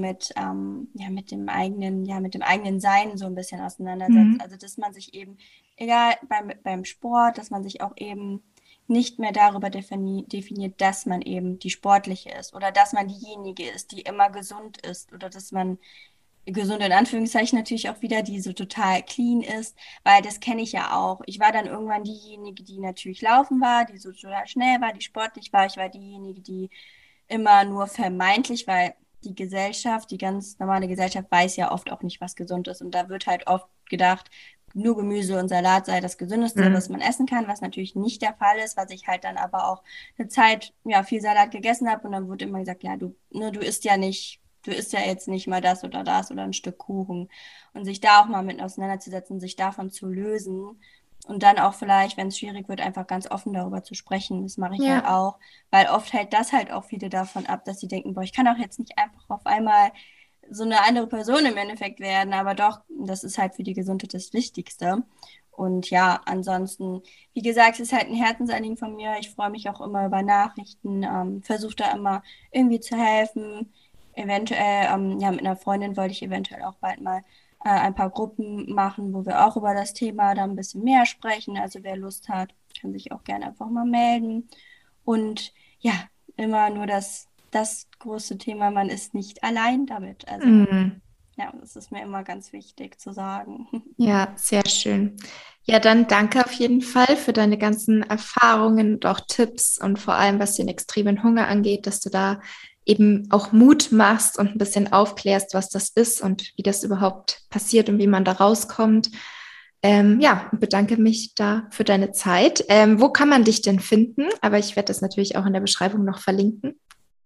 S2: mit dem eigenen Sein so ein bisschen auseinandersetzt.
S1: Mhm.
S2: Also, dass man sich eben, egal beim Sport, dass man sich auch eben nicht mehr darüber definiert, dass man eben die Sportliche ist oder dass man diejenige ist, die immer gesund ist oder dass man gesund in Anführungszeichen natürlich auch wieder, die so total clean ist, weil das kenne ich ja auch. Ich war dann irgendwann diejenige, die natürlich laufen war, die so total schnell war, die sportlich war. Ich war diejenige, die immer nur vermeintlich, weil die Gesellschaft, die ganz normale Gesellschaft weiß ja oft auch nicht, was gesund ist. Und da wird halt oft gedacht, nur Gemüse und Salat sei das Gesündeste, was man essen kann, was natürlich nicht der Fall ist, was ich halt dann aber auch eine Zeit, ja, viel Salat gegessen habe und dann wurde immer gesagt, ja, du isst ja nicht, du isst ja jetzt nicht mal das oder ein Stück Kuchen. Und sich da auch mal mit auseinanderzusetzen, sich davon zu lösen und dann auch vielleicht, wenn es schwierig wird, einfach ganz offen darüber zu sprechen. Das mache ich halt
S1: Ja.
S2: auch, weil oft hält das halt auch viele davon ab, dass sie denken, boah, ich kann auch jetzt nicht einfach auf einmal so eine andere Person im Endeffekt werden, aber doch, das ist halt für die Gesundheit das Wichtigste. Und ja, ansonsten, wie gesagt, es ist halt ein Herzensanliegen von mir. Ich freue mich auch immer über Nachrichten, versuche da immer irgendwie zu helfen. Eventuell, ja, mit einer Freundin wollte ich eventuell auch bald mal ein paar Gruppen machen, wo wir auch über das Thema dann ein bisschen mehr sprechen. Also wer Lust hat, kann sich auch gerne einfach mal melden. Und ja, immer nur das große Thema, man ist nicht allein damit. Also ja, das ist mir immer ganz wichtig zu sagen.
S1: Ja, sehr schön. Ja, dann danke auf jeden Fall für deine ganzen Erfahrungen und auch Tipps und vor allem, was den extremen Hunger angeht, dass du da eben auch Mut machst und ein bisschen aufklärst, was das ist und wie das überhaupt passiert und wie man da rauskommt. Ja, bedanke mich da für deine Zeit. Wo kann man dich denn finden? Aber ich werde das natürlich auch in der Beschreibung noch verlinken.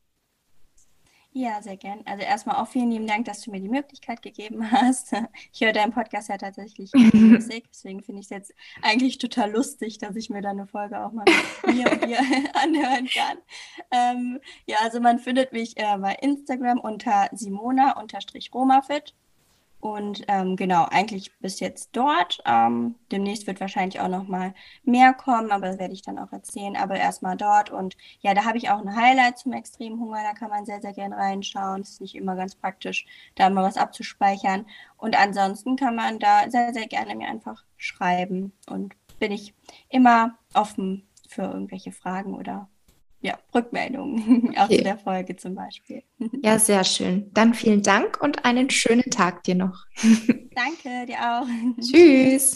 S2: Ja, sehr gern. Also erstmal auch vielen lieben Dank, dass du mir die Möglichkeit gegeben hast. Ich höre deinen Podcast ja tatsächlich regelmäßig, deswegen finde ich es jetzt eigentlich total lustig, dass ich mir da eine Folge auch mal mit mir und dir anhören kann. Ja, also man findet mich bei Instagram unter Simona-Romafit. Und genau, eigentlich bis jetzt dort. Demnächst wird wahrscheinlich auch noch mal mehr kommen, aber das werde ich dann auch erzählen. Aber erstmal dort. Und ja, da habe ich auch ein Highlight zum extremen Hunger. Da kann man sehr, sehr gern reinschauen. Es ist nicht immer ganz praktisch, da mal was abzuspeichern. Und ansonsten kann man da sehr, sehr gerne mir einfach schreiben. Und bin ich immer offen für irgendwelche Fragen oder ja, Rückmeldungen, auch zu
S1: Okay.
S2: der Folge zum Beispiel.
S1: Ja, sehr schön. Dann vielen Dank und einen schönen Tag dir noch.
S2: Danke, dir auch. Tschüss.
S1: Tschüss.